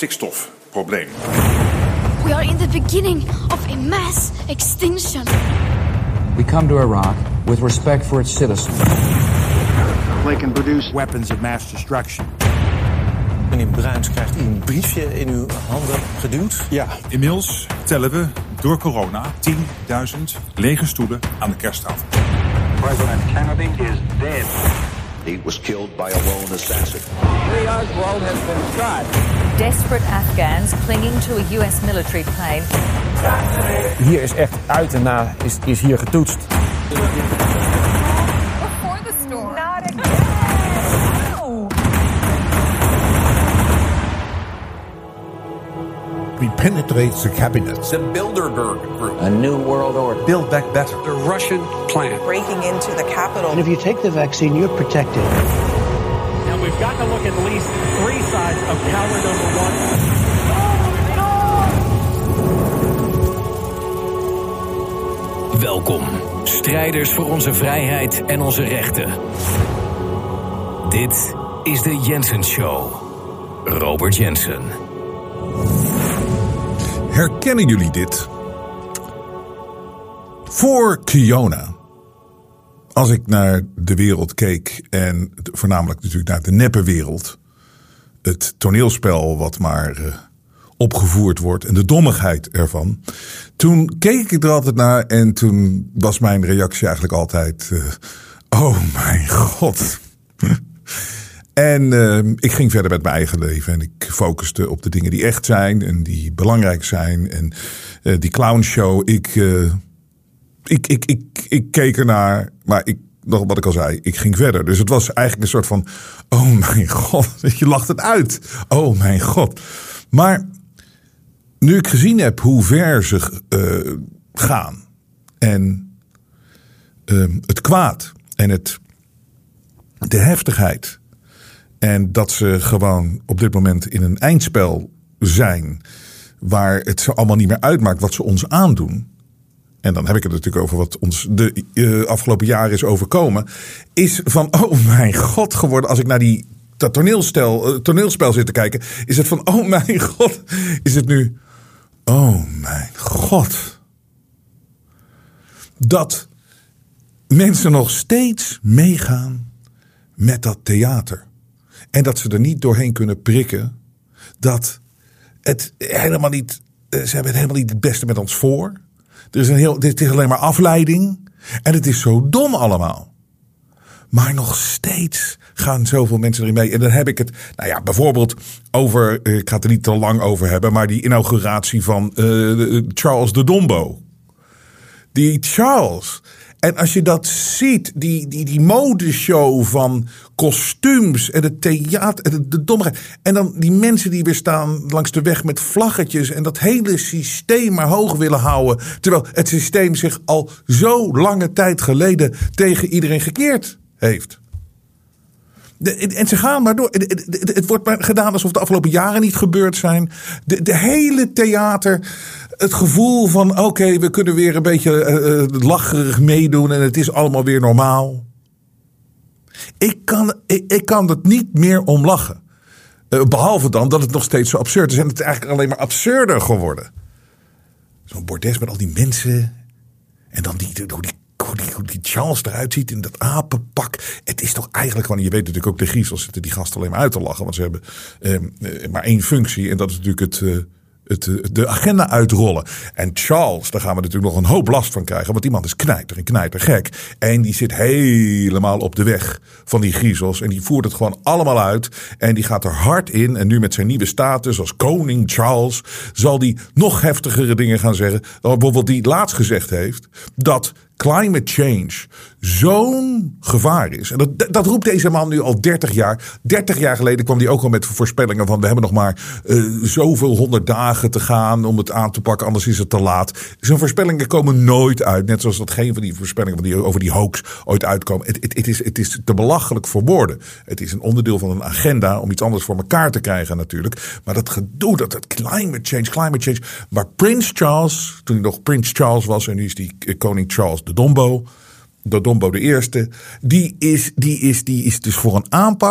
stikstofprobleem. We are in the beginning of a mass extinction. We come to Iraq with respect for its citizens. They can produce weapons of mass destruction. Meneer Bruins, krijgt u een briefje in uw handen geduwd? Ja, inmiddels tellen we door corona 10.000 lege stoelen aan de kersttafel. President Kennedy is dead. He was killed by a lone assassin. Lee Oswald has been shot. Desperate Afghans clinging to a U.S. military plane. Hier is echt uit en na is hier getoetst. Before the storm. Not again. No. We penetrate the cabinet. The Bilderberg Group. A new world order. Build back better. The Russian plan. Breaking into the capital. And if you take the vaccine, you're protected. Now we've got to look at least 3 sides of tower number 1. Welkom, strijders voor onze vrijheid en onze rechten. Dit is de Jensen Show. Robert Jensen. Herkennen jullie dit? Voor Kiona, als ik naar de wereld keek en voornamelijk natuurlijk naar de neppe wereld, het toneelspel wat maar opgevoerd wordt en de dommigheid ervan, toen keek ik er altijd naar en toen was mijn reactie eigenlijk altijd, oh mijn god. En ik ging verder met mijn eigen leven en ik focuste op de dingen die echt zijn en die belangrijk zijn. En die clownshow, ik keek ernaar, maar wat ik al zei, ik ging verder. Dus het was eigenlijk een soort van, oh mijn god, je lacht het uit. Oh mijn god. Maar nu ik gezien heb hoe ver ze gaan en het kwaad en de heftigheid. En dat ze gewoon op dit moment in een eindspel zijn waar het ze allemaal niet meer uitmaakt wat ze ons aandoen. En dan heb ik het natuurlijk over wat ons de afgelopen jaren is overkomen. Is van, oh mijn god geworden. Als ik naar dat toneelspel zit te kijken. Is het van, oh mijn god. Is het nu, oh mijn god. Dat mensen nog steeds meegaan met dat theater. En dat ze er niet doorheen kunnen prikken. Dat het helemaal niet. Ze hebben het helemaal niet het beste met ons voor. Dit is alleen maar afleiding. En het is zo dom allemaal. Maar nog steeds gaan zoveel mensen erin mee. En dan heb ik het, nou ja, bijvoorbeeld over. Ik ga het er niet te lang over hebben. Maar die inauguratie van Charles de Dombo. Die Charles. En als je dat ziet, die modeshow van kostuums en het theater en de dommigheid. En dan die mensen die weer staan langs de weg met vlaggetjes en dat hele systeem maar hoog willen houden. Terwijl het systeem zich al zo lange tijd geleden tegen iedereen gekeerd heeft. En ze gaan maar door. Het wordt maar gedaan alsof de afgelopen jaren niet gebeurd zijn. De hele theater. Het gevoel van oké, we kunnen weer een beetje lacherig meedoen. En het is allemaal weer normaal. Ik kan er niet meer om lachen. Behalve dan dat het nog steeds zo absurd is. En het is eigenlijk alleen maar absurder geworden. Zo'n bordes met al die mensen. En dan hoe die Charles eruit ziet in dat apenpak. Het is toch eigenlijk gewoon, je weet natuurlijk ook de griezels zitten die gasten alleen maar uit te lachen. Want ze hebben maar één functie en dat is natuurlijk de agenda uitrollen. En Charles, daar gaan we natuurlijk nog een hoop last van krijgen. Want die man is knijtergek. En die zit helemaal op de weg van die griezels. En die voert het gewoon allemaal uit. En die gaat er hard in. En nu met zijn nieuwe status als koning Charles zal die nog heftigere dingen gaan zeggen. Bijvoorbeeld die laatst gezegd heeft dat climate change zo'n gevaar is. En dat roept deze man nu al 30 jaar. 30 jaar geleden kwam hij ook al met voorspellingen van we hebben nog maar zoveel 100 dagen te gaan om het aan te pakken, anders is het te laat. Zijn voorspellingen komen nooit uit. Net zoals dat geen van die voorspellingen die over die hoax ooit uitkomen. Het is te belachelijk voor woorden. Het is een onderdeel van een agenda om iets anders voor elkaar te krijgen natuurlijk. Maar dat gedoe, dat climate change. Maar Prins Charles, toen hij nog Prins Charles was en nu is die koning Charles de Dombo de eerste, die is dus voor een aanpak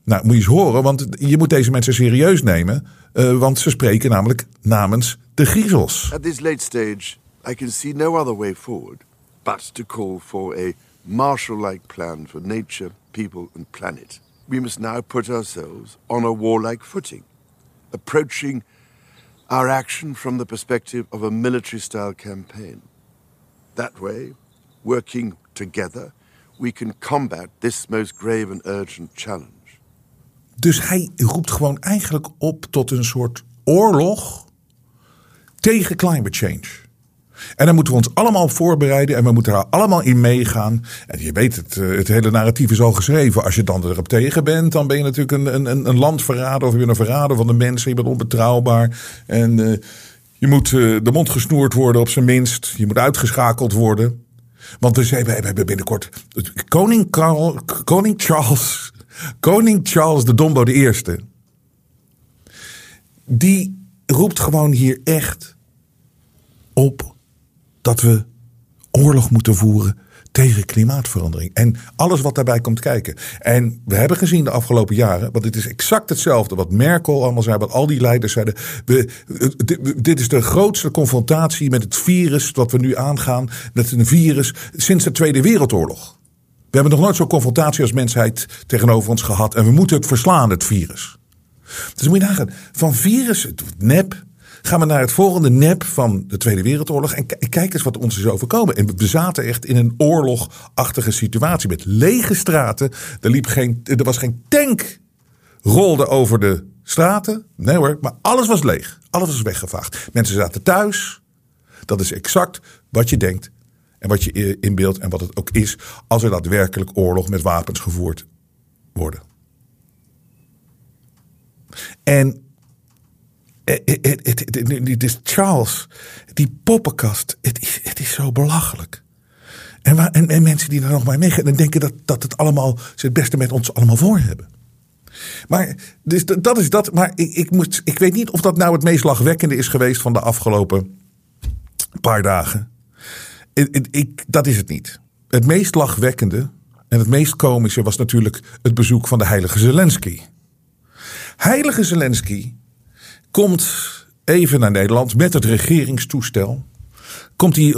Nou, moet je eens horen, want je moet deze mensen serieus nemen. Want ze spreken namelijk namens de griezels. At this late stage, I can see no other way forward but to call for a Marshall-like plan for nature, people and planet. We must now put ourselves on a warlike footing, approaching our action from the perspective of a military-style campaign. That way, working together, we can combat this most grave and urgent challenge. Dus hij roept gewoon eigenlijk op tot een soort oorlog tegen climate change. En dan moeten we ons allemaal voorbereiden en we moeten daar allemaal in meegaan. En je weet het hele narratief is al geschreven. Als je dan erop tegen bent, dan ben je natuurlijk een landverrader of je bent een verrader van de mensen. Je bent onbetrouwbaar en je moet de mond gesnoerd worden op zijn minst. Je moet uitgeschakeld worden. Want we hebben binnenkort Koning Charles de Dombo I. Die roept gewoon hier echt op dat we oorlog moeten voeren tegen klimaatverandering. En alles wat daarbij komt kijken. En we hebben gezien de afgelopen jaren, want het is exact hetzelfde wat Merkel allemaal zei, wat al die leiders zeiden. Dit is de grootste confrontatie met het virus wat we nu aangaan. Met een virus sinds de Tweede Wereldoorlog. We hebben nog nooit zo'n confrontatie als mensheid tegenover ons gehad. En we moeten het verslaan, het virus. Dus moet je nagaan, van virus, het nep, gaan we naar het volgende nep van de Tweede Wereldoorlog. En kijk eens wat ons is overkomen. En we zaten echt in een oorlogachtige situatie. Met lege straten. Er was geen tank rolde over de straten. Nee hoor, maar alles was leeg. Alles was weggevaagd. Mensen zaten thuis. Dat is exact wat je denkt. En wat je inbeeldt en wat het ook is. Als er daadwerkelijk oorlog met wapens gevoerd worden. En het is Charles, die poppenkast, het is zo belachelijk. En mensen die er nog maar meegaan en denken dat het allemaal, ze het beste met ons allemaal voor hebben. Maar dus dat is dat. Maar ik weet niet of dat nou het meest lachwekkende is geweest van de afgelopen paar dagen. Dat is het niet. Het meest lachwekkende en het meest komische was natuurlijk het bezoek van de heilige Zelensky. Heilige Zelensky komt even naar Nederland met het regeringstoestel. Komt hij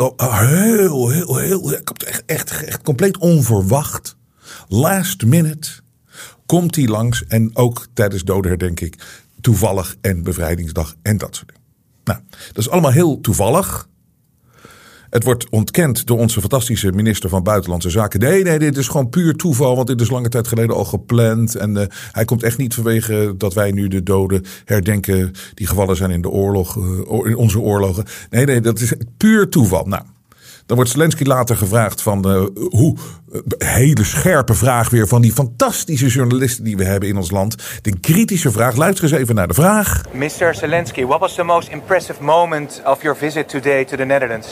komt echt compleet onverwacht. Last minute komt hij langs. En ook tijdens dodenherdenking toevallig en bevrijdingsdag en dat soort dingen. Nou, dat is allemaal heel toevallig. Het wordt ontkend door onze fantastische minister van Buitenlandse Zaken. Nee, dit is gewoon puur toeval, want dit is lange tijd geleden al gepland. En hij komt echt niet vanwege dat wij nu de doden herdenken die gevallen zijn in de oorlog, in onze oorlogen. Nee, dat is puur toeval. Nou, dan wordt Zelensky later gevraagd van hele scherpe vraag weer van die fantastische journalisten die we hebben in ons land. De kritische vraag. Luister eens even naar de vraag. Mr. Zelensky, what was the most impressive moment of your visit today to the Netherlands?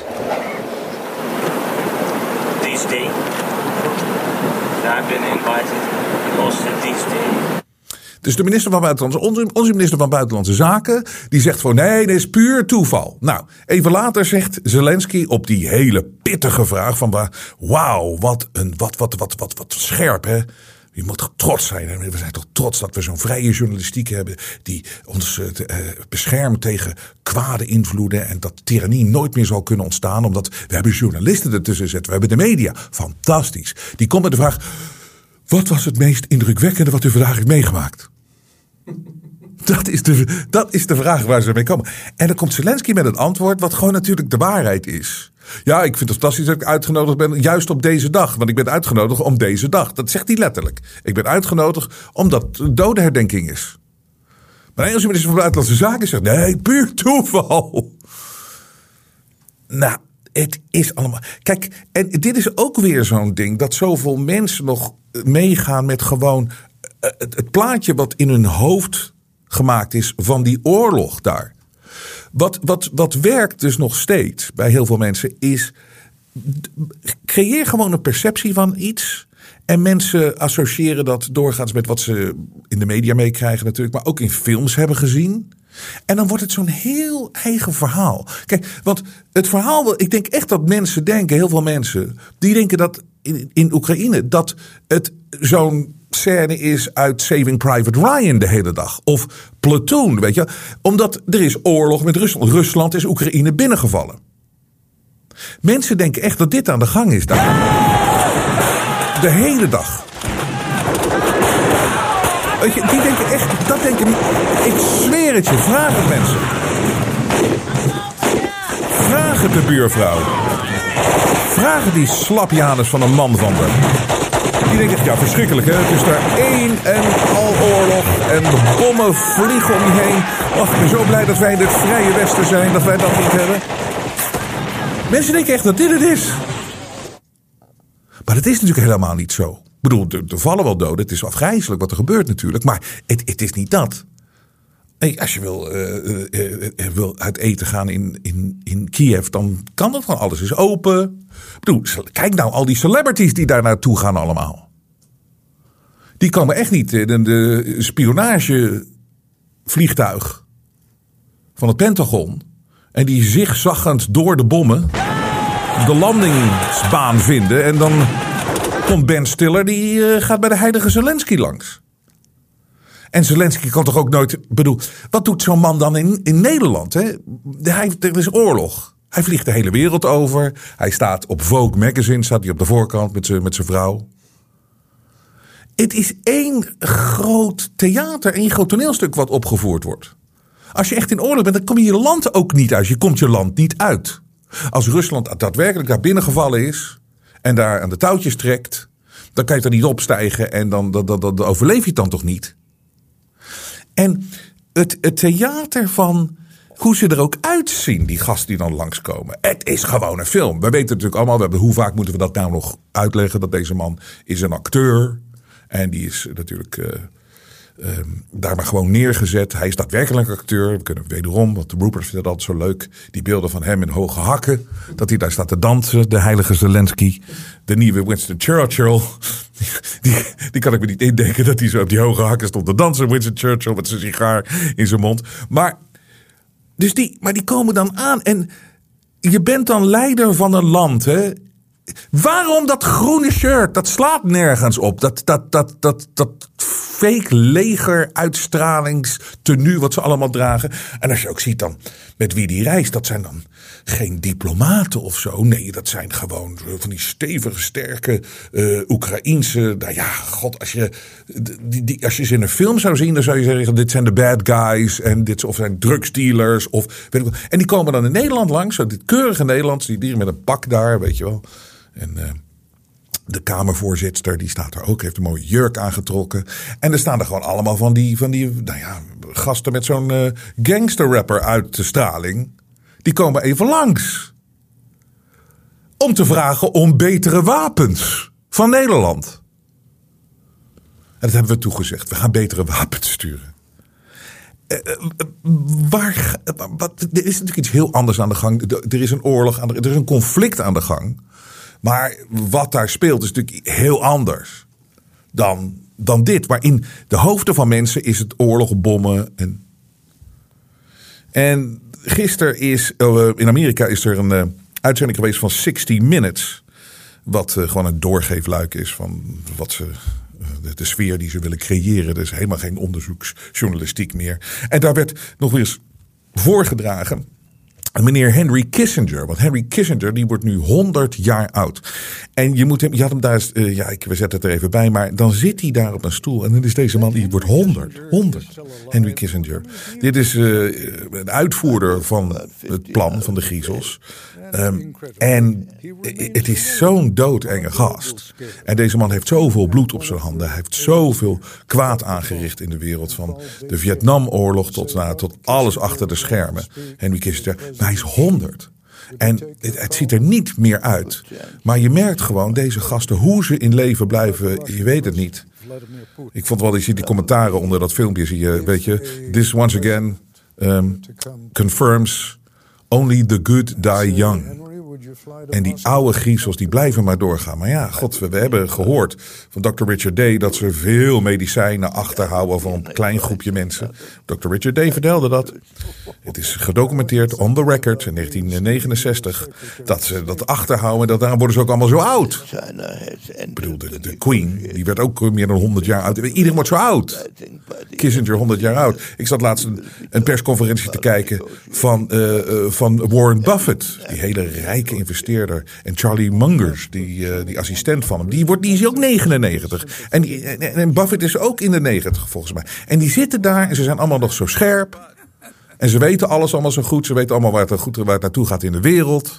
This day. I've been invited also this day. Dus de minister van Buitenlandse, onze minister van Buitenlandse Zaken, die zegt van nee, dit is puur toeval. Nou, even later zegt Zelensky op die hele pittige vraag van wauw, wat scherp hè. Je moet toch trots zijn. We zijn toch trots dat we zo'n vrije journalistiek hebben die ons beschermt tegen kwade invloeden en dat tirannie nooit meer zal kunnen ontstaan omdat we hebben journalisten ertussen zetten. We hebben de media. Fantastisch. Die komt met de vraag, wat was het meest indrukwekkende wat u vandaag heeft meegemaakt? Dat is de vraag waar ze mee komen. En dan komt Zelensky met een antwoord wat gewoon natuurlijk de waarheid is. Ja, ik vind het fantastisch dat ik uitgenodigd ben juist op deze dag. Want ik ben uitgenodigd om deze dag. Dat zegt hij letterlijk. Ik ben uitgenodigd omdat het dodenherdenking is. Maar als de minister van Buitenlandse Zaken zegt, nee, puur toeval. Nou, het is allemaal. Kijk, en dit is ook weer zo'n ding dat zoveel mensen nog meegaan met gewoon het plaatje wat in hun hoofd gemaakt is van die oorlog daar. Wat werkt dus nog steeds bij heel veel mensen is, creëer gewoon een perceptie van iets. En mensen associëren dat doorgaans met wat ze in de media meekrijgen natuurlijk, maar ook in films hebben gezien. En dan wordt het zo'n heel eigen verhaal. Kijk, want het verhaal, ik denk echt dat mensen denken, heel veel mensen, die denken dat in Oekraïne, dat het zo'n scène is uit Saving Private Ryan de hele dag. Of Platoon, weet je. Omdat er is oorlog met Rusland. Rusland is Oekraïne binnengevallen. Mensen denken echt dat dit aan de gang is daar. De hele dag. Weet je, die denken echt, dat denken niet. Ik zweer het je, vraag het mensen. Vraag het de buurvrouw. Vraag het die slapjanus van een man van haar. Die denken echt, ja, verschrikkelijk, hè. Het is daar één en al oorlog. En de bommen vliegen om je heen. Ach, ik ben zo blij dat wij in het vrije Westen zijn, dat wij dat niet hebben. Mensen denken echt dat dit het is. Maar dat is natuurlijk helemaal niet zo. Ik bedoel, er vallen wel doden. Het is afgrijselijk wat er gebeurt natuurlijk. Maar het is niet dat. Als je wil uit eten gaan in Kiev, dan kan dat gewoon. Alles is open. Ik bedoel, kijk nou al die celebrities die daar naartoe gaan allemaal. Die komen echt niet in de spionagevliegtuig van het Pentagon. En die zigzaggend door de bommen de landingsbaan vinden. En dan komt Ben Stiller, die gaat bij de heilige Zelensky langs. En Zelensky kan toch ook nooit... bedoel, wat doet zo'n man dan in Nederland? Hè? Er is oorlog. Hij vliegt de hele wereld over. Hij staat op Vogue Magazine, staat hij op de voorkant met zijn vrouw. Het is één groot theater, één groot toneelstuk wat opgevoerd wordt. Als je echt in oorlog bent, dan kom je land ook niet uit. Je komt je land niet uit. Als Rusland daadwerkelijk daar binnengevallen is en daar aan de touwtjes trekt, dan kan je er niet opstijgen en dan overleef je het dan toch niet. En het theater van hoe ze er ook uitzien, die gasten die dan langskomen. Het is gewoon een film. We weten natuurlijk allemaal, hoe vaak moeten we dat nou nog uitleggen, dat deze man is een acteur. En die is natuurlijk daar maar gewoon neergezet. Hij is daadwerkelijk acteur. We kunnen wederom, want de Rupert vindt het altijd zo leuk, die beelden van hem in hoge hakken. Dat hij daar staat te dansen, de heilige Zelensky. De nieuwe Winston Churchill. Die kan ik me niet indenken dat hij zo op die hoge hakken stond te dansen. Winston Churchill met zijn sigaar in zijn mond. Maar die komen dan aan. En je bent dan leider van een land, hè. Waarom dat groene shirt? Dat slaat nergens op. Dat fake leger uitstralingstenue wat ze allemaal dragen. En als je ook ziet dan met wie die reist, dat zijn dan geen diplomaten of zo. Nee, dat zijn gewoon van die stevige, sterke Oekraïense. Nou ja, god, als je ze in een film zou zien, dan zou je zeggen, dit zijn de bad guys en dit zijn drugsdealers of weet ik wel. En die komen dan in Nederland langs, zo dit keurige Nederlands, die dieren met een pak daar, weet je wel. En de Kamervoorzitter, die staat er ook, heeft een mooie jurk aangetrokken. En er staan er gewoon allemaal van die nou ja, gasten met zo'n gangsterrapper uit de straling. Die komen even langs. Om te vragen om betere wapens van Nederland. En dat hebben we toegezegd. We gaan betere wapens sturen. Er is natuurlijk iets heel anders aan de gang. Er is een oorlog, er is een conflict aan de gang. Maar wat daar speelt is natuurlijk heel anders dan dit. Maar in de hoofden van mensen is het oorlog, bommen. En gisteren is in Amerika is er een uitzending geweest van 60 Minutes. Wat gewoon een doorgeefluik is van wat ze... De sfeer die ze willen creëren. Er is helemaal geen onderzoeksjournalistiek meer. En daar werd nog weer eens voorgedragen meneer Henry Kissinger. Want Henry Kissinger die wordt nu 100 jaar oud. En je had hem daar eens, we zetten het er even bij, maar dan zit hij daar op een stoel. En dan is deze man, die wordt 100. Henry Kissinger. Dit is een uitvoerder van het plan van de griezels. En het is zo'n doodenge gast. En deze man heeft zoveel bloed op zijn handen. Hij heeft zoveel kwaad aangericht in de wereld. Van de Vietnamoorlog tot alles achter de schermen. Henry Kissinger. Maar hij is 100. En het ziet er niet meer uit. Maar je merkt gewoon, deze gasten, hoe ze in leven blijven, je weet het niet. Ik vond wel, je ziet die commentaren onder dat filmpje, zie je, weet je. This once again confirms only the good die young. En die oude griezels die blijven maar doorgaan. Maar ja, god, we hebben gehoord van Dr. Richard Day dat ze veel medicijnen achterhouden van een klein groepje mensen. Dr. Richard Day vertelde dat. Het is gedocumenteerd on the record in 1969 dat ze dat achterhouden. En daarom worden ze ook allemaal zo oud. Ik bedoel, de Queen, die werd ook meer dan 100 jaar oud. Iedereen wordt zo oud. Kissinger 100 jaar oud. Ik zat laatst een persconferentie te kijken van Warren Buffett. Die hele rijke investeerder. En Charlie Munger, die assistent van hem. Die is ook 99. En Buffett is ook in de 90 volgens mij. En die zitten daar en ze zijn allemaal nog zo scherp. En ze weten alles allemaal zo goed. Ze weten allemaal waar het naartoe gaat in de wereld.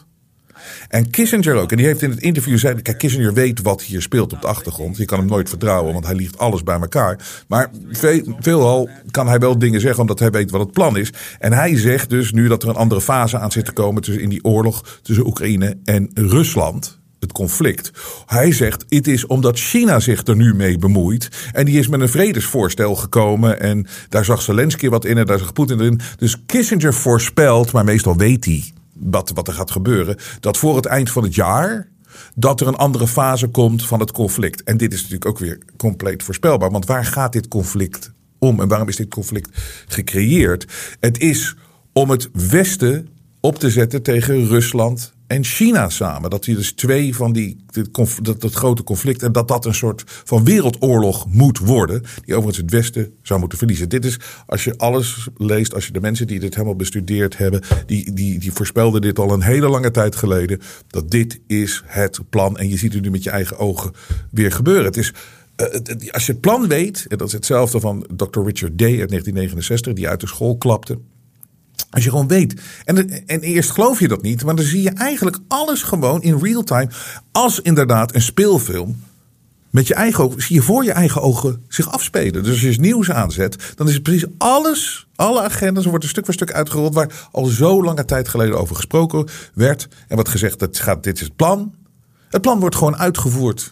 En Kissinger ook. En die heeft in het interview gezegd, kijk, Kissinger weet wat hier speelt op de achtergrond. Je kan hem nooit vertrouwen, want hij liegt alles bij elkaar. Maar veelal kan hij wel dingen zeggen, omdat hij weet wat het plan is. En hij zegt dus nu dat er een andere fase aan zit te komen in die oorlog tussen Oekraïne en Rusland. Het conflict. Hij zegt, het is omdat China zich er nu mee bemoeit. En die is met een vredesvoorstel gekomen. En daar zag Zelensky wat in en daar zag Poetin erin. Dus Kissinger voorspelt, maar meestal weet hij wat er gaat gebeuren, dat voor het eind van het jaar dat er een andere fase komt van het conflict. En dit is natuurlijk ook weer compleet voorspelbaar. Want waar gaat dit conflict om? En waarom is dit conflict gecreëerd? Het is om het Westen op te zetten tegen Rusland en China samen. Dat die dus twee van dat grote conflict en dat een soort van wereldoorlog moet worden. Die overigens het Westen zou moeten verliezen. Dit is, als je alles leest, als je de mensen die dit helemaal bestudeerd hebben, die voorspelden dit al een hele lange tijd geleden. Dat dit is het plan. En je ziet het nu met je eigen ogen weer gebeuren. Het is, als je het plan weet, en dat is hetzelfde van Dr. Richard Day uit 1969, die uit de school klapte. Als je gewoon weet. En eerst geloof je dat niet. Maar dan zie je eigenlijk alles gewoon in real time. Als inderdaad een speelfilm. Met je eigen ogen. Zie je voor je eigen ogen zich afspelen. Dus als je het nieuws aanzet. Dan is het precies alles. Alle agendas. Er wordt een stuk voor stuk uitgerold. Waar al zo lange tijd geleden over gesproken werd. En wordt gezegd. Dit is het plan. Het plan wordt gewoon uitgevoerd.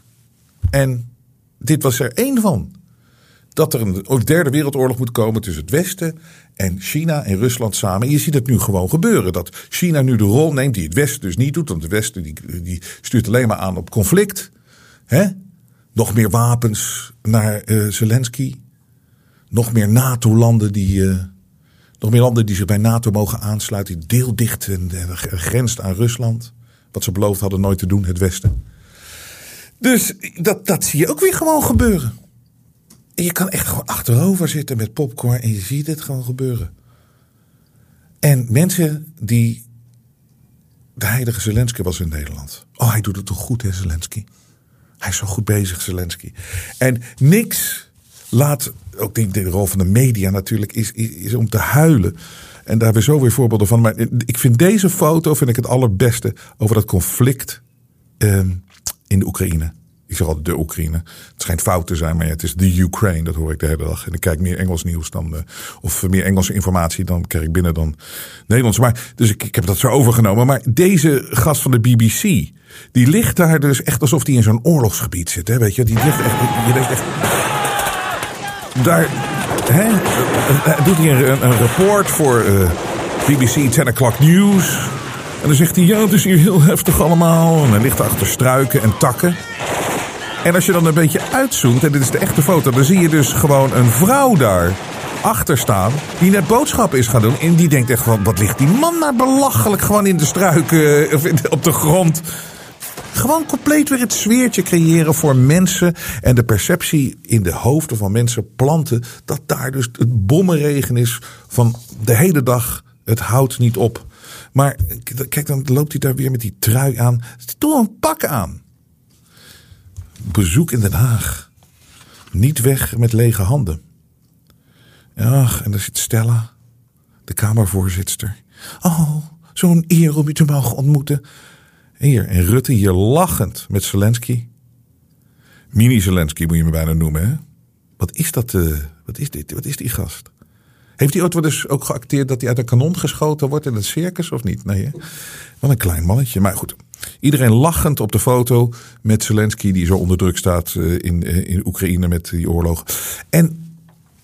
En dit was er één van. Dat er een derde wereldoorlog moet komen tussen het Westen en China en Rusland samen. En je ziet het nu gewoon gebeuren. Dat China nu de rol neemt die het Westen dus niet doet. Want het Westen die stuurt alleen maar aan op conflict. Nog meer wapens naar Zelensky. Nog meer NATO-landen nog meer landen die zich bij NATO mogen aansluiten. Die deeldicht en grenst aan Rusland. Wat ze beloofd hadden nooit te doen, het Westen. Dus dat zie je ook weer gewoon gebeuren. En je kan echt gewoon achterover zitten met popcorn en je ziet het gewoon gebeuren. En mensen die... De heilige Zelensky was in Nederland. Oh, hij doet het toch goed, hè, Zelensky? Hij is zo goed bezig, Zelensky. En niks laat... Ook de rol van de media natuurlijk is om te huilen. En daar hebben we zo weer voorbeelden van. Maar ik vind deze foto het allerbeste over dat conflict in de Oekraïne. Ik zeg altijd de Oekraïne. Het schijnt fout te zijn, maar het is de Ukraine. Dat hoor ik de hele dag. En ik kijk meer Engels nieuws of meer Engelse informatie dan krijg ik binnen dan Nederlands. Maar dus ik heb dat zo overgenomen. Maar deze gast van de BBC, die ligt daar dus echt alsof hij in zo'n oorlogsgebied zit. Hè? Weet je, die ligt echt. Je denkt echt. Daar doet hij een report voor BBC 10 o'clock News. En dan zegt hij, ja, het is hier heel heftig allemaal. En hij ligt achter struiken en takken. En als je dan een beetje uitzoomt, en dit is de echte foto, dan zie je dus gewoon een vrouw daar achter staan, die net boodschappen is gaan doen. En die denkt echt van, wat ligt die man maar belachelijk gewoon in de struiken of op de grond. Gewoon compleet weer het sfeertje creëren voor mensen. En de perceptie in de hoofden van mensen planten, dat daar dus het bommenregen is van de hele dag, het houdt niet op. Maar kijk, dan loopt hij daar weer met die trui aan. Doe een pak aan. Bezoek in Den Haag. Niet weg met lege handen. Ach, en daar zit Stella, de Kamervoorzitter. Oh, zo'n eer om u te mogen ontmoeten. Hier, en Rutte hier lachend met Zelensky. Mini-Zelensky moet je me bijna noemen, hè? Wat is dat? Wat is dit? Wat is die gast? Heeft hij ooit wel eens ook geacteerd dat hij uit een kanon geschoten wordt in het circus of niet? Nee, hè? Wel een klein mannetje. Maar goed, iedereen lachend op de foto met Zelensky die zo onder druk staat in Oekraïne met die oorlog. En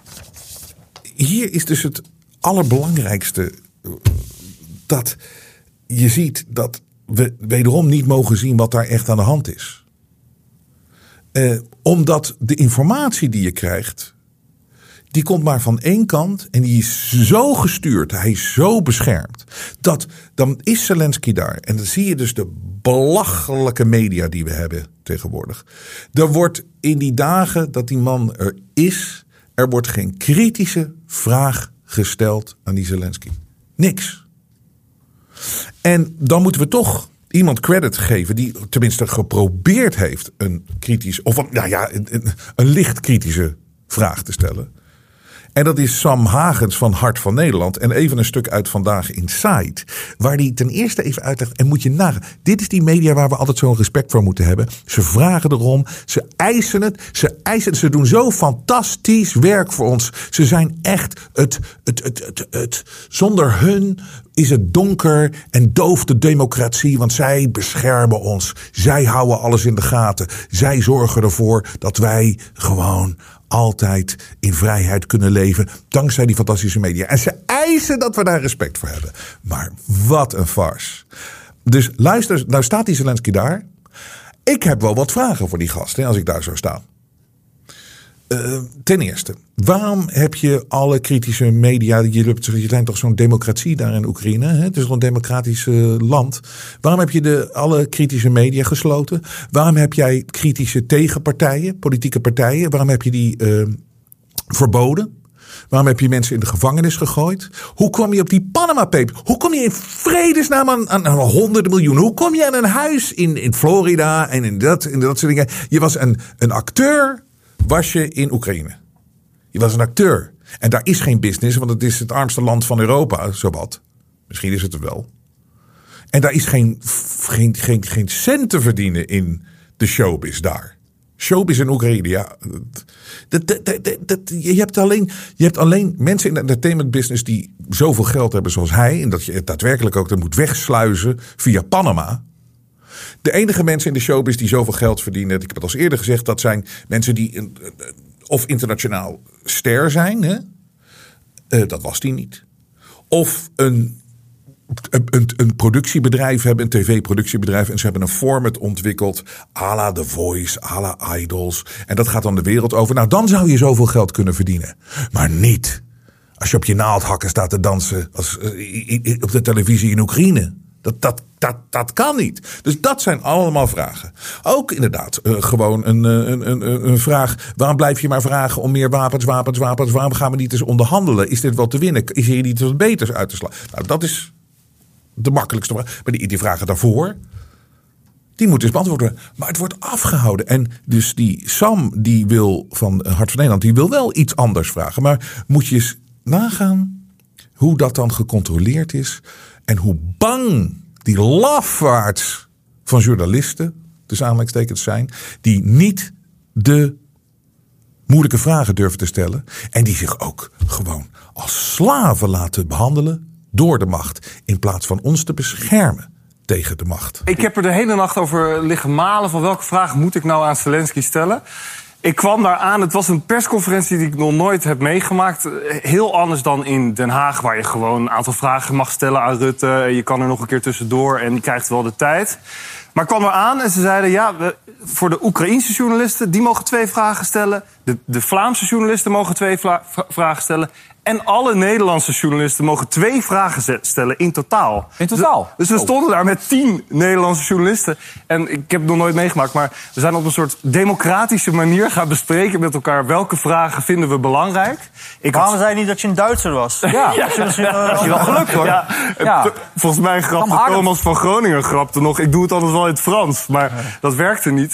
hier is dus het allerbelangrijkste dat je ziet dat we wederom niet mogen zien wat daar echt aan de hand is. Omdat de informatie die je krijgt, die komt maar van één kant en die is zo gestuurd, hij is zo beschermd, dat dan is Zelensky daar. En dan zie je dus de belachelijke media die we hebben tegenwoordig. Er wordt in die dagen dat die man er is, er wordt geen kritische vraag gesteld aan die Zelensky. Niks. En dan moeten we toch iemand credit geven die tenminste geprobeerd heeft een kritisch, of een licht kritische vraag te stellen. En dat is Sam Hagens van Hart van Nederland. En even een stuk uit Vandaag Inside. Waar hij ten eerste even uitlegt. En moet je nagaan. Dit is die media waar we altijd zo'n respect voor moeten hebben. Ze vragen erom. Ze eisen het. Ze doen zo fantastisch werk voor ons. Ze zijn echt het. Zonder hun is het donker en dooft de democratie. Want zij beschermen ons. Zij houden alles in de gaten. Zij zorgen ervoor dat wij gewoon altijd in vrijheid kunnen leven, dankzij die fantastische media. En ze eisen dat we daar respect voor hebben. Maar wat een farce. Dus luister, nou staat die Zelensky daar. Ik heb wel wat vragen voor die gast, als ik daar zou staan. Ten eerste, waarom heb je alle kritische media, je zijn toch zo'n democratie daar in Oekraïne, hè? Het is toch een democratisch land. Waarom heb je alle kritische media gesloten? Waarom heb jij kritische tegenpartijen, politieke partijen, waarom heb je die verboden? Waarom heb je mensen in de gevangenis gegooid? Hoe kwam je op die Panama Papers? Hoe kom je in vredesnaam aan honderden miljoenen? Hoe kom je aan een huis in Florida en in dat soort dingen? Je was een acteur. Was je in Oekraïne. Je was een acteur. En daar is geen business, want het is het armste land van Europa, zowat. Misschien is het er wel. En daar is geen cent te verdienen in de showbiz daar. Showbiz in Oekraïne, ja. Je hebt alleen mensen in de entertainment business die zoveel geld hebben zoals hij. En dat je het daadwerkelijk ook moet wegsluizen via Panama. De enige mensen in de showbiz die zoveel geld verdienen, ik heb het al eerder gezegd, dat zijn mensen die of internationaal ster zijn. Hè? Dat was die niet. Of een productiebedrijf hebben, een tv-productiebedrijf. En ze hebben een format ontwikkeld, à la The Voice, à la Idols. En dat gaat dan de wereld over. Nou, dan zou je zoveel geld kunnen verdienen. Maar niet als je op je naaldhakken staat te dansen op de televisie in Oekraïne. Dat kan niet. Dus dat zijn allemaal vragen. Ook inderdaad gewoon een vraag. Waarom blijf je maar vragen om meer wapens? Waarom gaan we niet eens onderhandelen? Is dit wel te winnen? Is hier niet wat beters uit te slaan? Nou, dat is de makkelijkste vraag. Maar die vragen daarvoor, die moeten dus beantwoord worden. Maar het wordt afgehouden. En dus die Sam, die wil van Hart van Nederland, die wil wel iets anders vragen. Maar moet je eens nagaan hoe dat dan gecontroleerd is. En hoe bang die lafaards van journalisten, tussen aanhalingstekens, zijn, die niet de moeilijke vragen durven te stellen. En die zich ook gewoon als slaven laten behandelen door de macht. In plaats van ons te beschermen tegen de macht. Ik heb er de hele nacht over liggen malen van welke vraag moet ik nou aan Zelensky stellen. Ik kwam daar aan, het was een persconferentie die ik nog nooit heb meegemaakt. Heel anders dan in Den Haag, waar je gewoon een aantal vragen mag stellen aan Rutte. Je kan er nog een keer tussendoor en je krijgt wel de tijd. Maar ik kwam er aan en ze zeiden, ja, voor de Oekraïnse journalisten, die mogen 2 vragen stellen. De Vlaamse journalisten mogen 2 vragen stellen. En alle Nederlandse journalisten mogen 2 vragen stellen in totaal. In totaal? Dus we stonden daar met 10 Nederlandse journalisten. En ik heb het nog nooit meegemaakt, maar we zijn op een soort democratische manier gaan bespreken met elkaar welke vragen vinden we belangrijk. Waarom zei je niet dat je een Duitser was? Ja. Dat je wel gelukt hoor. Ja. Volgens mij grapte Thomas van Groningen nog. Ik doe het altijd wel in het Frans, maar dat werkte niet.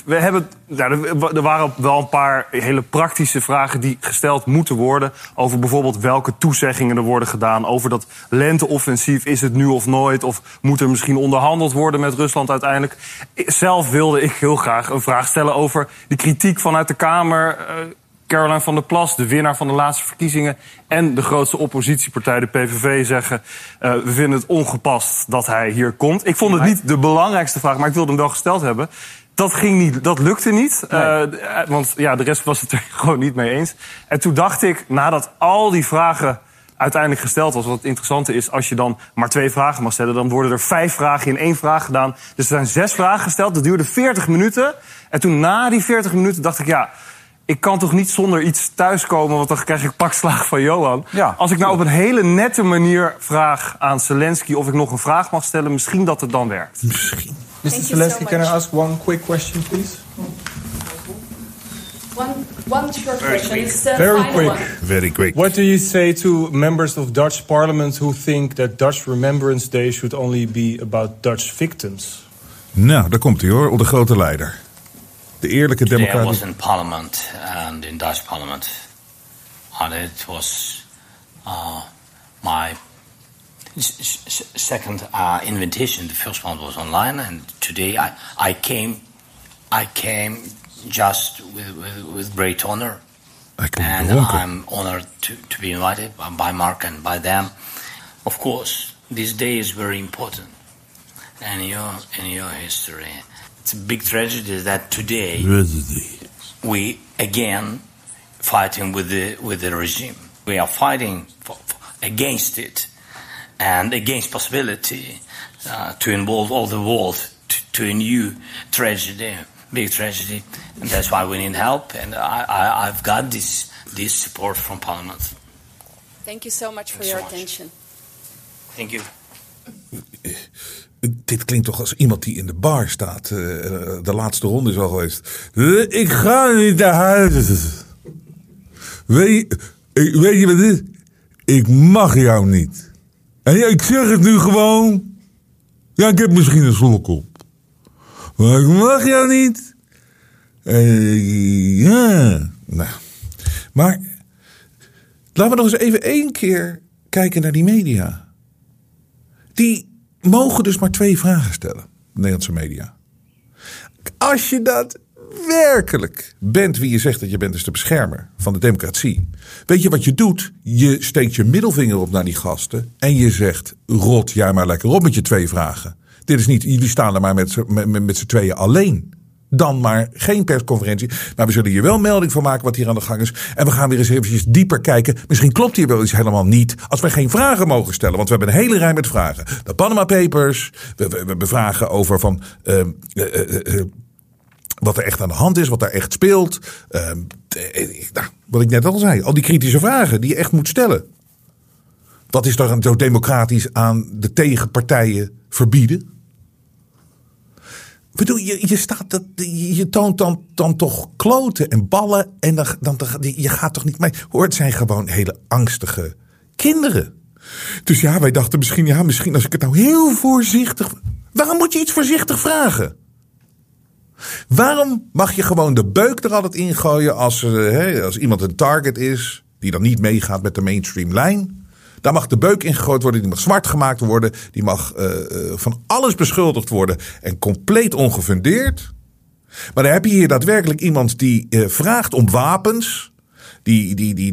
Er waren wel een paar hele praktische vragen die gesteld moeten worden. Over bijvoorbeeld welke toezeggingen er worden gedaan. Over dat lenteoffensief, is het nu of nooit? Of moet er misschien onderhandeld worden met Rusland uiteindelijk? Zelf wilde ik heel graag een vraag stellen over de kritiek vanuit de Kamer. Caroline van der Plas, de winnaar van de laatste verkiezingen, en de grootste oppositiepartij, de PVV, zeggen we vinden het ongepast dat hij hier komt. Ik vond het niet de belangrijkste vraag, maar ik wilde hem wel gesteld hebben. Dat ging niet, dat lukte niet. Nee. Want de rest was het er gewoon niet mee eens. En toen dacht ik, nadat al die vragen uiteindelijk gesteld was. Wat het interessante is, als je dan maar 2 vragen mag stellen, dan worden er 5 vragen in 1 vraag gedaan. Dus er zijn 6 vragen gesteld. Dat duurde 40 minuten. En toen na die 40 minuten dacht ik, ja, ik kan toch niet zonder iets thuiskomen, want dan krijg ik pakslaag van Johan. Ja. Als ik nou op een hele nette manier vraag aan Zelensky of ik nog een vraag mag stellen, misschien dat het dan werkt. Misschien. Mr. Zelensky, can I ask one quick question, please? One short question. It's the Very final quick. one. Very quick. What do you say to members of Dutch Parliament who think that Dutch Remembrance Day should only be about Dutch victims? Nou, daar komt hij hoor, de grote leider. De eerlijke democratie. I was in Parliament and in Dutch Parliament, and it was my second invitation. The first one was online, and today I came just with great honor, and I'm honored to be invited by Mark and by them. Of course, this day is very important in your history. It's a big tragedy that today we again fighting with the regime. We are fighting against it and against possibility to involve all the world to a new tragedy, big tragedy, and that's why we need help. And I've got this support from Parliament. Thank you so much for your attention. Thank you. Dit klinkt toch als iemand die in de bar staat. De laatste ronde is al geweest. Ik ga niet naar huis. Weet je wat dit is? Ik mag jou niet. En ja, ik zeg het nu gewoon. Ja, ik heb misschien een slok op. Maar ik mag jou niet. Ja. Nou. Maar laten we nog eens even 1 keer kijken naar die media. Die mogen dus maar 2 vragen stellen, de Nederlandse media. Als je dat werkelijk bent wie je zegt dat je bent, dus de beschermer van de democratie. Weet je wat je doet? Je steekt je middelvinger op naar die gasten en je zegt, rot jij maar lekker op met je 2 vragen. Dit is niet, jullie staan er maar met z'n tweeën alleen. Dan maar geen persconferentie. Maar we zullen hier wel melding van maken wat hier aan de gang is. En we gaan weer eens eventjes dieper kijken. Misschien klopt hier wel iets helemaal niet. Als we geen vragen mogen stellen. Want we hebben een hele rij met vragen. De Panama Papers. We vragen over van wat er echt aan de hand is. Wat er echt speelt. Wat ik net al zei. Al die kritische vragen die je echt moet stellen. Wat is er zo democratisch aan de tegenpartijen verbieden? Ik bedoel, je toont dan toch kloten en ballen en je gaat toch niet mee. Hoor, het zijn gewoon hele angstige kinderen. Dus ja, wij dachten misschien als ik het nou heel voorzichtig. Waarom moet je iets voorzichtig vragen? Waarom mag je gewoon de beuk er altijd ingooien als iemand een target is die dan niet meegaat met de mainstream lijn? Daar mag de beuk ingegooid worden, die mag zwart gemaakt worden. Die mag van alles beschuldigd worden en compleet ongefundeerd. Maar dan heb je hier daadwerkelijk iemand die vraagt om wapens. Die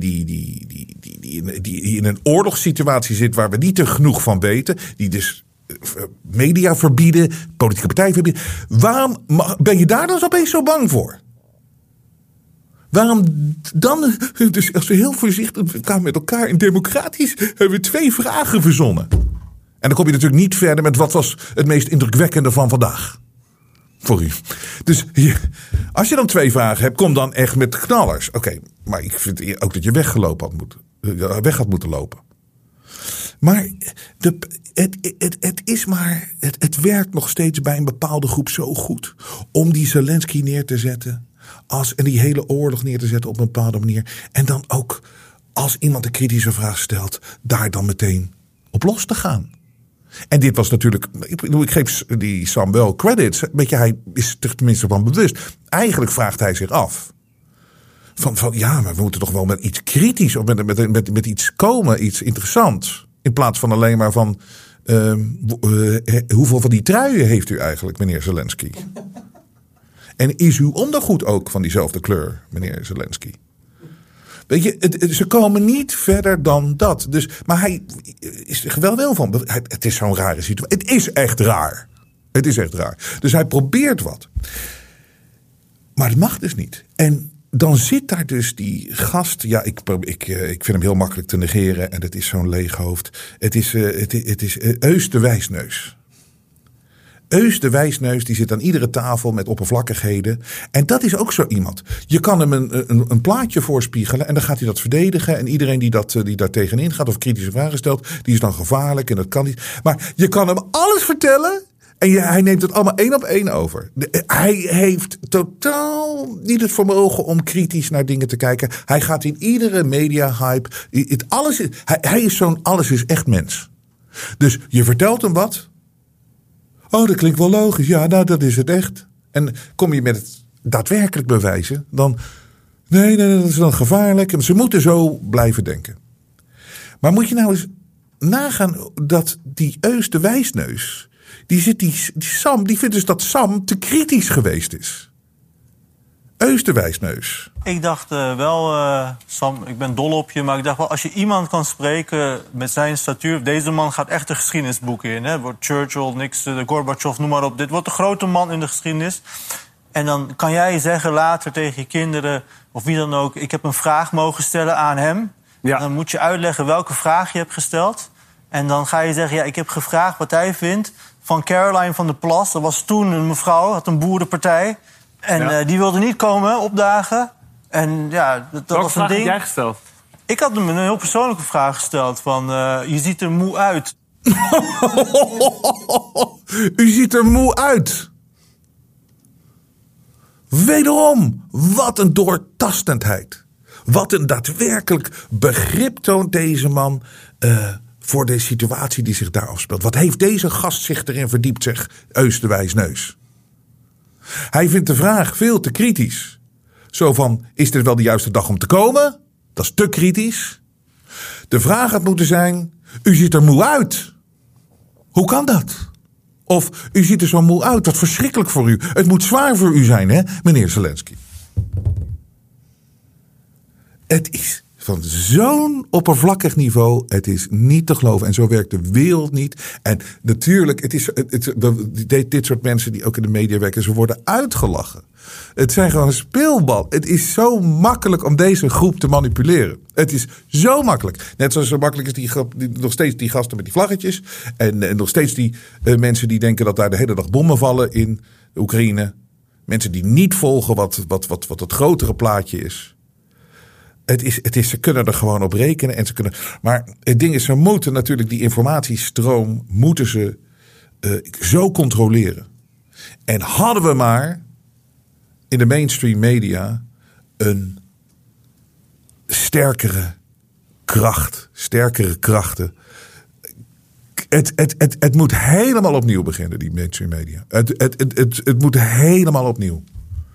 in een oorlogssituatie zit waar we niet te genoeg van weten. Die dus media verbieden, politieke partijen verbieden. Waarom ben je daar dan opeens zo bang voor? Waarom dan? Dus als we heel voorzichtig kwamen met elkaar in democratisch, hebben we 2 vragen verzonnen. En dan kom je natuurlijk niet verder met wat was het meest indrukwekkende van vandaag. Voor u. Dus als je dan 2 vragen hebt, kom dan echt met knallers. Oké, maar ik vind ook dat je weg had moeten lopen. Maar het werkt nog steeds bij een bepaalde groep zo goed om die Zelensky neer te zetten. En die hele oorlog neer te zetten op een bepaalde manier. En dan ook, als iemand een kritische vraag stelt, daar dan meteen op los te gaan. En dit was natuurlijk, ik geef die Sam wel credits. Weet je, hij is er tenminste van bewust. Eigenlijk vraagt hij zich af. Van ja, maar we moeten toch wel met iets kritisch of met iets komen, iets interessants. In plaats van alleen maar van, hoeveel van die truien heeft u eigenlijk, meneer Zelensky? En is uw ondergoed ook van diezelfde kleur, meneer Zelensky? Weet je, ze komen niet verder dan dat. Dus, maar hij is er wel van. Het is zo'n rare situatie. Het is echt raar. Het is echt raar. Dus hij probeert wat. Maar het mag dus niet. En dan zit daar dus die gast. Ja, ik vind hem heel makkelijk te negeren. En het is zo'n leeg hoofd. Het is Eus de Wijsneus. Eus de Wijsneus, die zit aan iedere tafel met oppervlakkigheden. En dat is ook zo iemand. Je kan hem een plaatje voorspiegelen en dan gaat hij dat verdedigen. En iedereen die daar tegenin gaat of kritische vragen stelt, die is dan gevaarlijk en dat kan niet. Maar je kan hem alles vertellen en hij neemt het allemaal 1 op 1 over. Hij heeft totaal niet het vermogen om kritisch naar dingen te kijken. Hij gaat in iedere media-hype. Hij is zo'n alles is echt mens. Dus je vertelt hem wat. Oh, dat klinkt wel logisch. Ja, nou, dat is het echt. En kom je met het daadwerkelijk bewijzen, dan nee, dat is dan gevaarlijk. En ze moeten zo blijven denken. Maar moet je nou eens nagaan dat die Eus de Wijsneus, die Sam, die vindt dus dat Sam te kritisch geweest is. Eus de Wijsneus. Ik dacht wel, Sam, ik ben dol op je, maar ik dacht wel, als je iemand kan spreken met zijn statuur, deze man gaat echt de geschiedenisboeken in. Hè? Wordt Churchill, Nixon, Gorbachev, noem maar op. Dit wordt de grote man in de geschiedenis. En dan kan jij zeggen later tegen je kinderen, of wie dan ook, ik heb een vraag mogen stellen aan hem. Ja. Dan moet je uitleggen welke vraag je hebt gesteld. En dan ga je zeggen, ja, ik heb gevraagd wat hij vindt van Caroline van der Plas. Dat was toen een mevrouw, had een boerenpartij. En die wilde niet komen opdagen. En ja, dat was een ding. Heb jij gesteld? Ik had hem een heel persoonlijke vraag gesteld. Van, je ziet er moe uit. U ziet er moe uit. Wederom, wat een doortastendheid. Wat een daadwerkelijk begrip toont deze man voor de situatie die zich daar afspeelt. Wat heeft deze gast zich erin verdiept, zegt Eus de Wijsneus. Hij vindt de vraag veel te kritisch. Zo van, is dit wel de juiste dag om te komen? Dat is te kritisch. De vraag had moeten zijn, u ziet er moe uit. Hoe kan dat? Of, u ziet er zo moe uit, wat verschrikkelijk voor u. Het moet zwaar voor u zijn, hè, meneer Zelensky. Het is van zo'n oppervlakkig niveau, het is niet te geloven. En zo werkt de wereld niet. En natuurlijk, dit soort mensen die ook in de media werken, ze worden uitgelachen. Het zijn gewoon een speelbal. Het is zo makkelijk om deze groep te manipuleren. Het is zo makkelijk. Net zoals zo makkelijk is nog steeds die gasten met die vlaggetjes. En nog steeds die mensen die denken dat daar de hele dag bommen vallen in de Oekraïne. Mensen die niet volgen wat het grotere plaatje is. Ze kunnen er gewoon op rekenen. Maar het ding is, ze moeten natuurlijk die informatiestroom moeten ze zo controleren. En hadden we maar in de mainstream media een sterkere krachten. Het moet helemaal opnieuw beginnen, die mainstream media. Het moet helemaal opnieuw.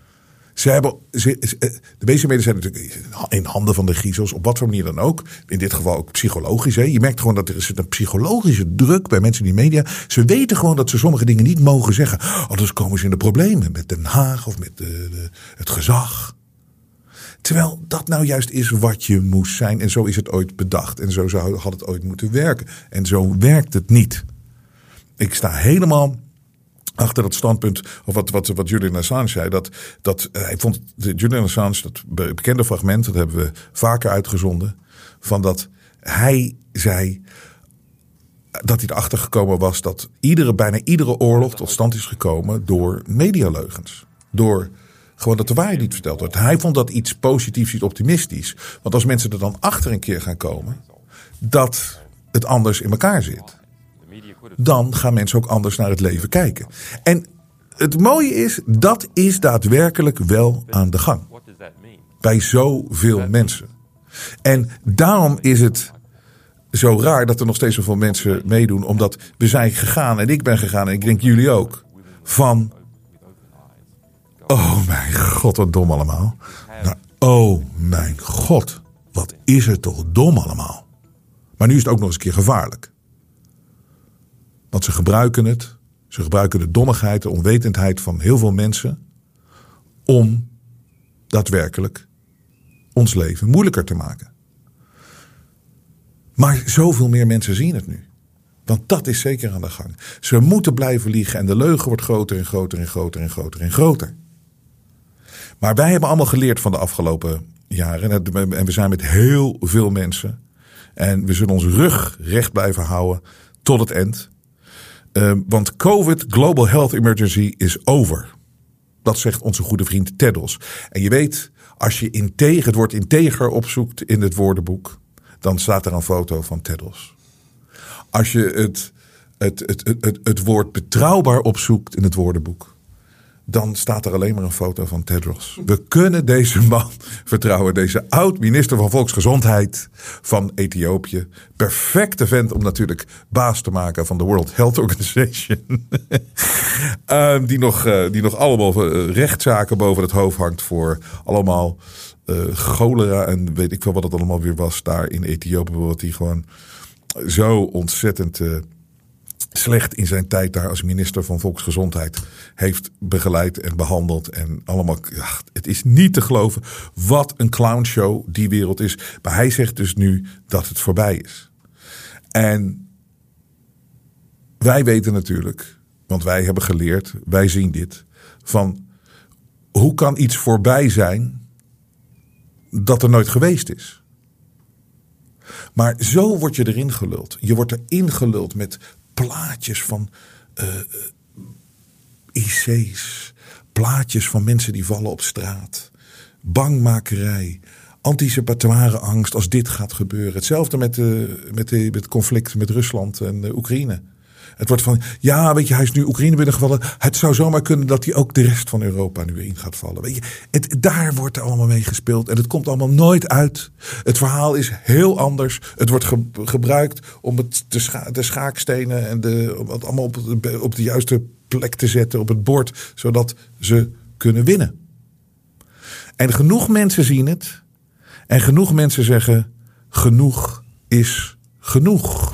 De meeste media zijn natuurlijk in handen van de griezels, op wat voor manier dan ook. In dit geval ook psychologisch. Hè. Je merkt gewoon dat er een psychologische druk bij mensen in die media. Ze weten gewoon dat ze sommige dingen niet mogen zeggen. Anders komen ze in de problemen met Den Haag of met het gezag. Terwijl dat nou juist is wat je moest zijn. En zo is het ooit bedacht. En zo had het ooit moeten werken. En zo werkt het niet. Ik sta helemaal achter dat standpunt, of wat Julian Assange zei, dat hij vond Julian Assange, dat bekende fragment, dat hebben we vaker uitgezonden, van dat hij zei dat hij erachter gekomen was dat bijna iedere oorlog tot stand is gekomen door medialeugens. Door gewoon dat de waarheid niet verteld wordt. Hij vond dat iets positiefs, iets optimistisch. Want als mensen er dan achter een keer gaan komen dat het anders in elkaar zit, dan gaan mensen ook anders naar het leven kijken. En het mooie is, dat is daadwerkelijk wel aan de gang. Bij zoveel mensen. En daarom is het zo raar dat er nog steeds zoveel mensen meedoen. Omdat we zijn gegaan, en ik ben gegaan, en ik denk jullie ook, van oh mijn god, wat dom allemaal. Nou, oh mijn god, wat is het toch dom allemaal. Maar nu is het ook nog eens een keer gevaarlijk. Want ze gebruiken het. Ze gebruiken de dommigheid, de onwetendheid van heel veel mensen om daadwerkelijk ons leven moeilijker te maken. Maar zoveel meer mensen zien het nu. Want dat is zeker aan de gang. Ze moeten blijven liegen en de leugen wordt groter en groter en groter en groter en groter. Maar wij hebben allemaal geleerd van de afgelopen jaren. En we zijn met heel veel mensen. En we zullen onze rug recht blijven houden tot het eind. Want COVID, Global Health Emergency, is over. Dat zegt onze goede vriend Tedros. En je weet, als je het woord integer opzoekt in het woordenboek, dan staat er een foto van Tedros. Als je het woord betrouwbaar opzoekt in het woordenboek, dan staat er alleen maar een foto van Tedros. We kunnen deze man vertrouwen. Deze oud-minister van Volksgezondheid van Ethiopië. Perfecte vent om natuurlijk baas te maken van de World Health Organization. Die nog allemaal rechtszaken boven het hoofd hangt voor allemaal cholera en weet ik veel wat het allemaal weer was daar in Ethiopië. Wat hij gewoon zo ontzettend slecht in zijn tijd daar als minister van Volksgezondheid heeft begeleid en behandeld. En allemaal, het is niet te geloven wat een clownshow die wereld is. Maar hij zegt dus nu dat het voorbij is. En wij weten natuurlijk, want wij hebben geleerd, wij zien dit, van hoe kan iets voorbij zijn dat er nooit geweest is. Maar zo word je erin geluld. Je wordt erin geluld met plaatjes van IC's. Plaatjes van mensen die vallen op straat. Bangmakerij. Anticipatoire angst als dit gaat gebeuren. Hetzelfde met het conflict met Rusland en Oekraïne. Het wordt van, ja, weet je, hij is nu Oekraïne binnengevallen. Het zou zomaar kunnen dat hij ook de rest van Europa nu in gaat vallen. Weet je, daar wordt er allemaal mee gespeeld. En het komt allemaal nooit uit. Het verhaal is heel anders. Het wordt gebruikt om de schaakstenen en het allemaal op de juiste plek te zetten op het bord. Zodat ze kunnen winnen. En genoeg mensen zien het. En genoeg mensen zeggen, genoeg is genoeg.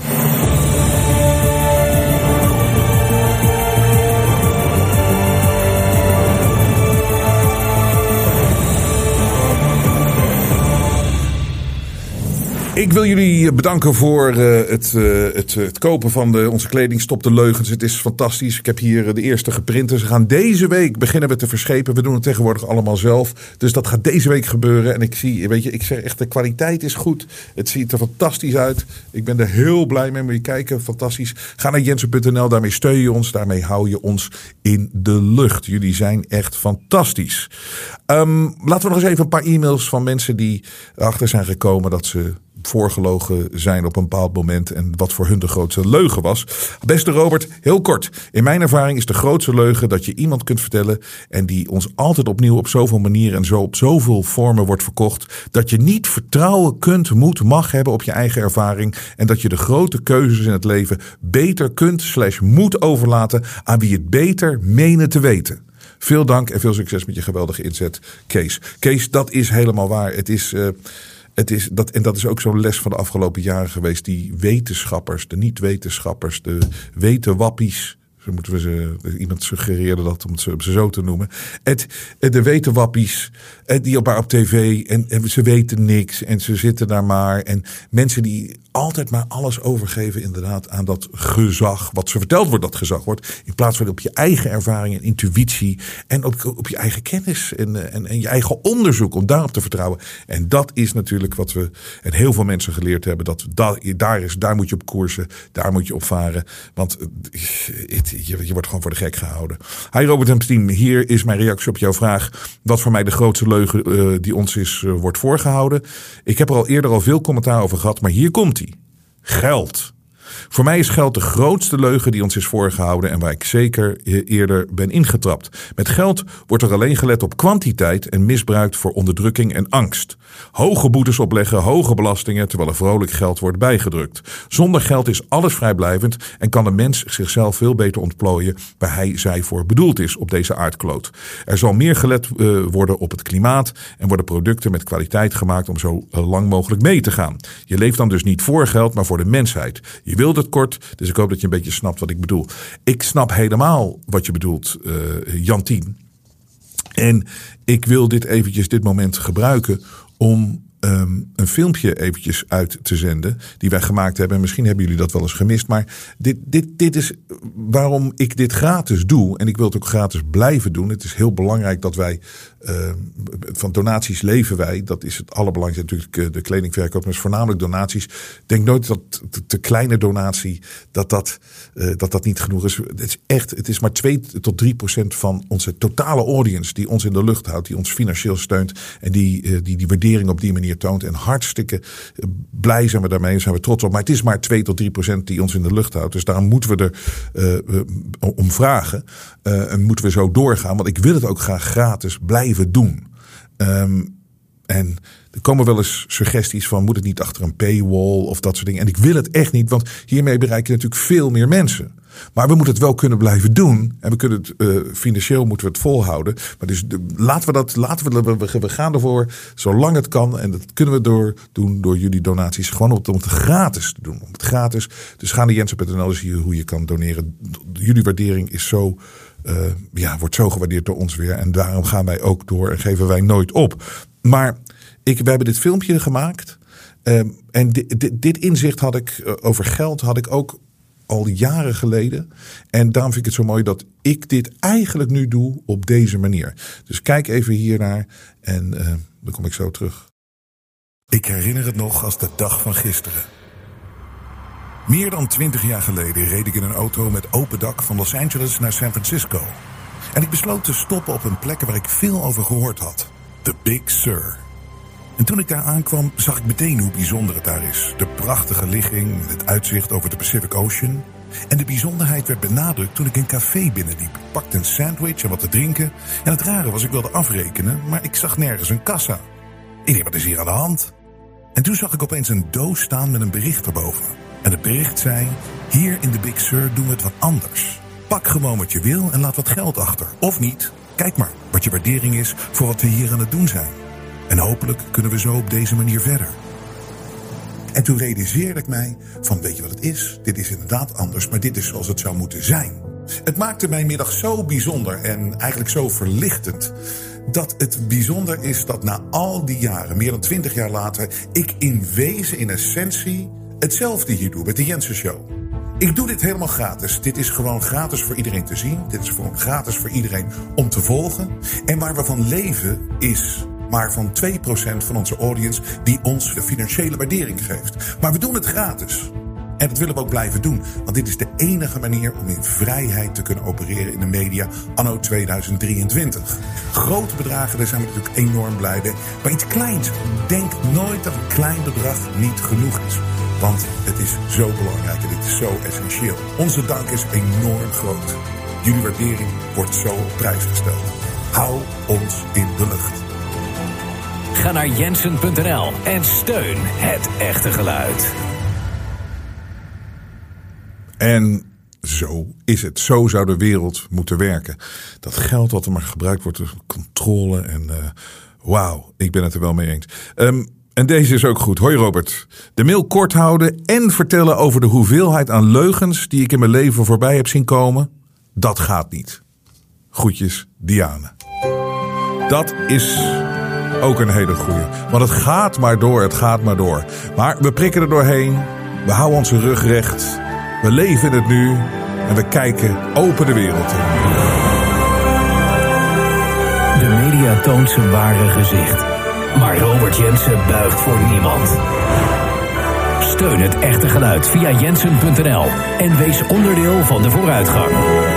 Ik wil jullie bedanken voor het kopen van onze kleding Stop de Leugens. Het is fantastisch. Ik heb hier de eerste geprinte. Ze gaan deze week beginnen we te verschepen. We doen het tegenwoordig allemaal zelf. Dus dat gaat deze week gebeuren. En ik zeg echt, de kwaliteit is goed. Het ziet er fantastisch uit. Ik ben er heel blij mee. Moet je kijken, fantastisch. Ga naar jensen.nl, daarmee steun je ons. Daarmee hou je ons in de lucht. Jullie zijn echt fantastisch. Laten we nog eens even een paar e-mails van mensen die erachter zijn gekomen dat ze voorgelogen zijn op een bepaald moment en wat voor hun de grootste leugen was. Beste Robert, heel kort. In mijn ervaring is de grootste leugen dat je iemand kunt vertellen en die ons altijd opnieuw op zoveel manieren en zo op zoveel vormen wordt verkocht, dat je niet vertrouwen kunt, moet, mag hebben op je eigen ervaring en dat je de grote keuzes in het leven beter kunt / moet overlaten aan wie het beter menen te weten. Veel dank en veel succes met je geweldige inzet, Kees. Kees, dat is helemaal waar. Het is dat, en dat is ook zo'n les van de afgelopen jaren geweest. Die wetenschappers, de niet-wetenschappers, de wetenwappies. Zo moeten we ze. Iemand suggereerde dat om ze zo te noemen. De wetenwappies die op tv en ze weten niks en ze zitten daar maar. En mensen die altijd maar alles overgeven inderdaad aan dat gezag. Wat ze verteld wordt dat gezag wordt. In plaats van op je eigen ervaring en intuïtie. En op je eigen kennis en je eigen onderzoek. Om daarop te vertrouwen. En dat is natuurlijk wat we en heel veel mensen geleerd hebben. Daar moet je op koersen. Daar moet je op varen. Want je wordt gewoon voor de gek gehouden. Hi Robert en Pstien, hier is mijn reactie op jouw vraag. Wat voor mij de grootste leugen die ons wordt voorgehouden. Ik heb er al eerder veel commentaar over gehad, maar hier komt ie. Geld. Voor mij is geld de grootste leugen die ons is voorgehouden en waar ik zeker eerder ben ingetrapt. Met geld wordt er alleen gelet op kwantiteit en misbruikt voor onderdrukking en angst. Hoge boetes opleggen, hoge belastingen, terwijl er vrolijk geld wordt bijgedrukt. Zonder geld is alles vrijblijvend en kan de mens zichzelf veel beter ontplooien waar zij voor bedoeld is op deze aardkloot. Er zal meer gelet worden op het klimaat en worden producten met kwaliteit gemaakt om zo lang mogelijk mee te gaan. Je leeft dan dus niet voor geld, maar voor de mensheid. Je wilt het kort, dus ik hoop dat je een beetje snapt wat ik bedoel. Ik snap helemaal wat je bedoelt, Jantien. En ik wil dit moment gebruiken om een filmpje eventjes uit te zenden die wij gemaakt hebben. En misschien hebben jullie dat wel eens gemist. Maar dit is waarom ik dit gratis doe. En ik wil het ook gratis blijven doen. Het is heel belangrijk dat wij van donaties leven wij. Dat is het allerbelangrijkste natuurlijk, de kledingverkoop. Maar het is voornamelijk donaties. Denk nooit dat de kleine donatie dat niet genoeg is. Het is maar 2-3% van onze totale audience die ons in de lucht houdt, die ons financieel steunt en die waardering op die manier toont. En hartstikke blij zijn we daarmee, zijn we trots op. Maar het is maar 2-3% die ons in de lucht houdt. Dus daarom moeten we er om vragen. En moeten we zo doorgaan. Want ik wil het ook graag gratis blijven doen. En er komen wel eens suggesties van, moet het niet achter een paywall of dat soort dingen. En ik wil het echt niet, want hiermee bereik je natuurlijk veel meer mensen. Maar we moeten het wel kunnen blijven doen. En we kunnen het financieel moeten we het volhouden. Maar dus we gaan ervoor zolang het kan. En dat kunnen we doen door jullie donaties. Gewoon om het gratis te doen. Om het gratis. Dus ga naar jensen.nl, zie je hoe je kan doneren. Jullie waardering is zo, wordt zo gewaardeerd door ons weer. En daarom gaan wij ook door en geven wij nooit op. Maar we hebben dit filmpje gemaakt. En dit inzicht had ik over geld had ik ook al jaren geleden. En daarom vind ik het zo mooi dat ik dit eigenlijk nu doe op deze manier. Dus kijk even hiernaar en dan kom ik zo terug. Ik herinner het nog als de dag van gisteren. Meer dan 20 jaar geleden reed ik in een auto met open dak van Los Angeles naar San Francisco. En ik besloot te stoppen op een plek waar ik veel over gehoord had. The Big Sur. En toen ik daar aankwam, zag ik meteen hoe bijzonder het daar is. De prachtige ligging, het uitzicht over de Pacific Ocean. En de bijzonderheid werd benadrukt toen ik een café binnenliep. Ik pakte een sandwich en wat te drinken. En het rare was, ik wilde afrekenen, maar ik zag nergens een kassa. Ik dacht, wat is hier aan de hand? En toen zag ik opeens een doos staan met een bericht erboven. En het bericht zei, hier in de Big Sur doen we het wat anders. Pak gewoon wat je wil en laat wat geld achter. Of niet, kijk maar wat je waardering is voor wat we hier aan het doen zijn. En hopelijk kunnen we zo op deze manier verder. En toen realiseerde ik mij van, weet je wat het is? Dit is inderdaad anders, maar dit is zoals het zou moeten zijn. Het maakte mijn middag zo bijzonder en eigenlijk zo verlichtend, dat het bijzonder is dat na al die jaren, meer dan 20 jaar later, ik in wezen, in essentie, hetzelfde hier doe met de Jensen Show. Ik doe dit helemaal gratis. Dit is gewoon gratis voor iedereen te zien. Dit is gewoon gratis voor iedereen om te volgen. En waar we van leven is maar van 2% van onze audience die ons de financiële waardering geeft. Maar we doen het gratis. En dat willen we ook blijven doen. Want dit is de enige manier om in vrijheid te kunnen opereren in de media anno 2023. Grote bedragen, daar zijn we natuurlijk enorm blij mee. Maar iets kleins. Denk nooit dat een klein bedrag niet genoeg is. Want het is zo belangrijk en dit is zo essentieel. Onze dank is enorm groot. Jullie waardering wordt zo op prijs gesteld. Hou ons in de lucht. Ga naar jensen.nl en steun het echte geluid. En zo is het. Zo zou de wereld moeten werken. Dat geld wat er maar gebruikt wordt, controle en wauw, ik ben het er wel mee eens. En deze is ook goed. Hoi Robert. De mail kort houden en vertellen over de hoeveelheid aan leugens die ik in mijn leven voorbij heb zien komen. Dat gaat niet. Groetjes, Diane. Dat is ook een hele goeie. Want het gaat maar door, het gaat maar door. Maar we prikken er doorheen. We houden onze rug recht. We leven in het nu. En we kijken open de wereld in. De media toont zijn ware gezicht. Maar Robert Jensen buigt voor niemand. Steun het echte geluid via jensen.nl. En wees onderdeel van de vooruitgang.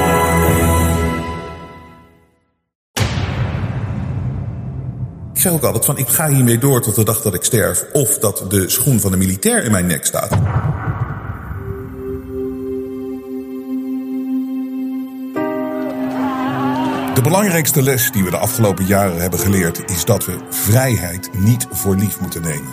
Ik zeg ook altijd van, ik ga hiermee door tot de dag dat ik sterf. Of dat de schoen van de militair in mijn nek staat. De belangrijkste les die we de afgelopen jaren hebben geleerd is dat we vrijheid niet voor lief moeten nemen.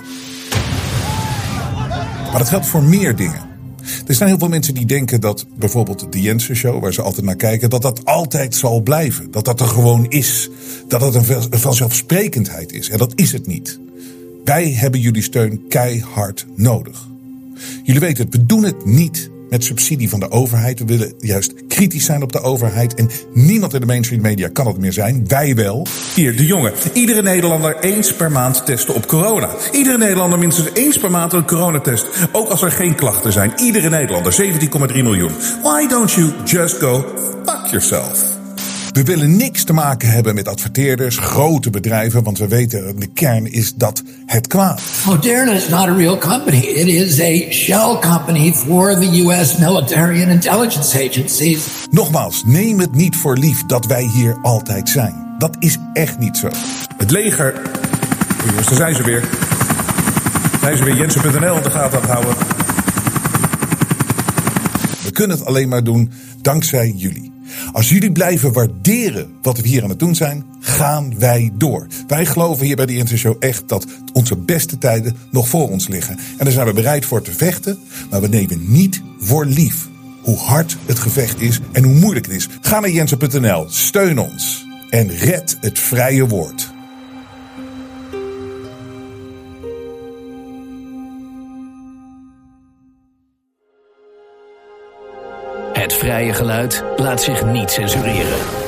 Maar dat geldt voor meer dingen. Er zijn heel veel mensen die denken dat bijvoorbeeld de Jensen Show, waar ze altijd naar kijken, dat dat altijd zal blijven. Dat dat er gewoon is. Dat het een vanzelfsprekendheid is. En dat is het niet. Wij hebben jullie steun keihard nodig. Jullie weten het, we doen het niet met subsidie van de overheid. We willen juist kritisch zijn op de overheid. En niemand in de mainstream media kan het meer zijn. Wij wel. Hier, De Jonge. Iedere Nederlander eens per maand testen op corona. Iedere Nederlander minstens eens per maand een coronatest. Ook als er geen klachten zijn. Iedere Nederlander, 17,3 miljoen. Why don't you just go fuck yourself? We willen niks te maken hebben met adverteerders, grote bedrijven, want we weten, de kern is dat het kwaad. Moderna is not a real company. It is a shell company for the US military and intelligence agencies. Nogmaals, neem het niet voor lief dat wij hier altijd zijn. Dat is echt niet zo. Het leger... Jongens, daar zijn ze weer. Zijn ze weer Jensen.nl in de gaten aan het houden. We kunnen het alleen maar doen dankzij jullie. Als jullie blijven waarderen wat we hier aan het doen zijn, gaan wij door. Wij geloven hier bij de INT Show echt dat onze beste tijden nog voor ons liggen. En daar zijn we bereid voor te vechten, maar we nemen niet voor lief hoe hard het gevecht is en hoe moeilijk het is. Ga naar Jensen.nl, steun ons en red het vrije woord. Het vrije geluid laat zich niet censureren.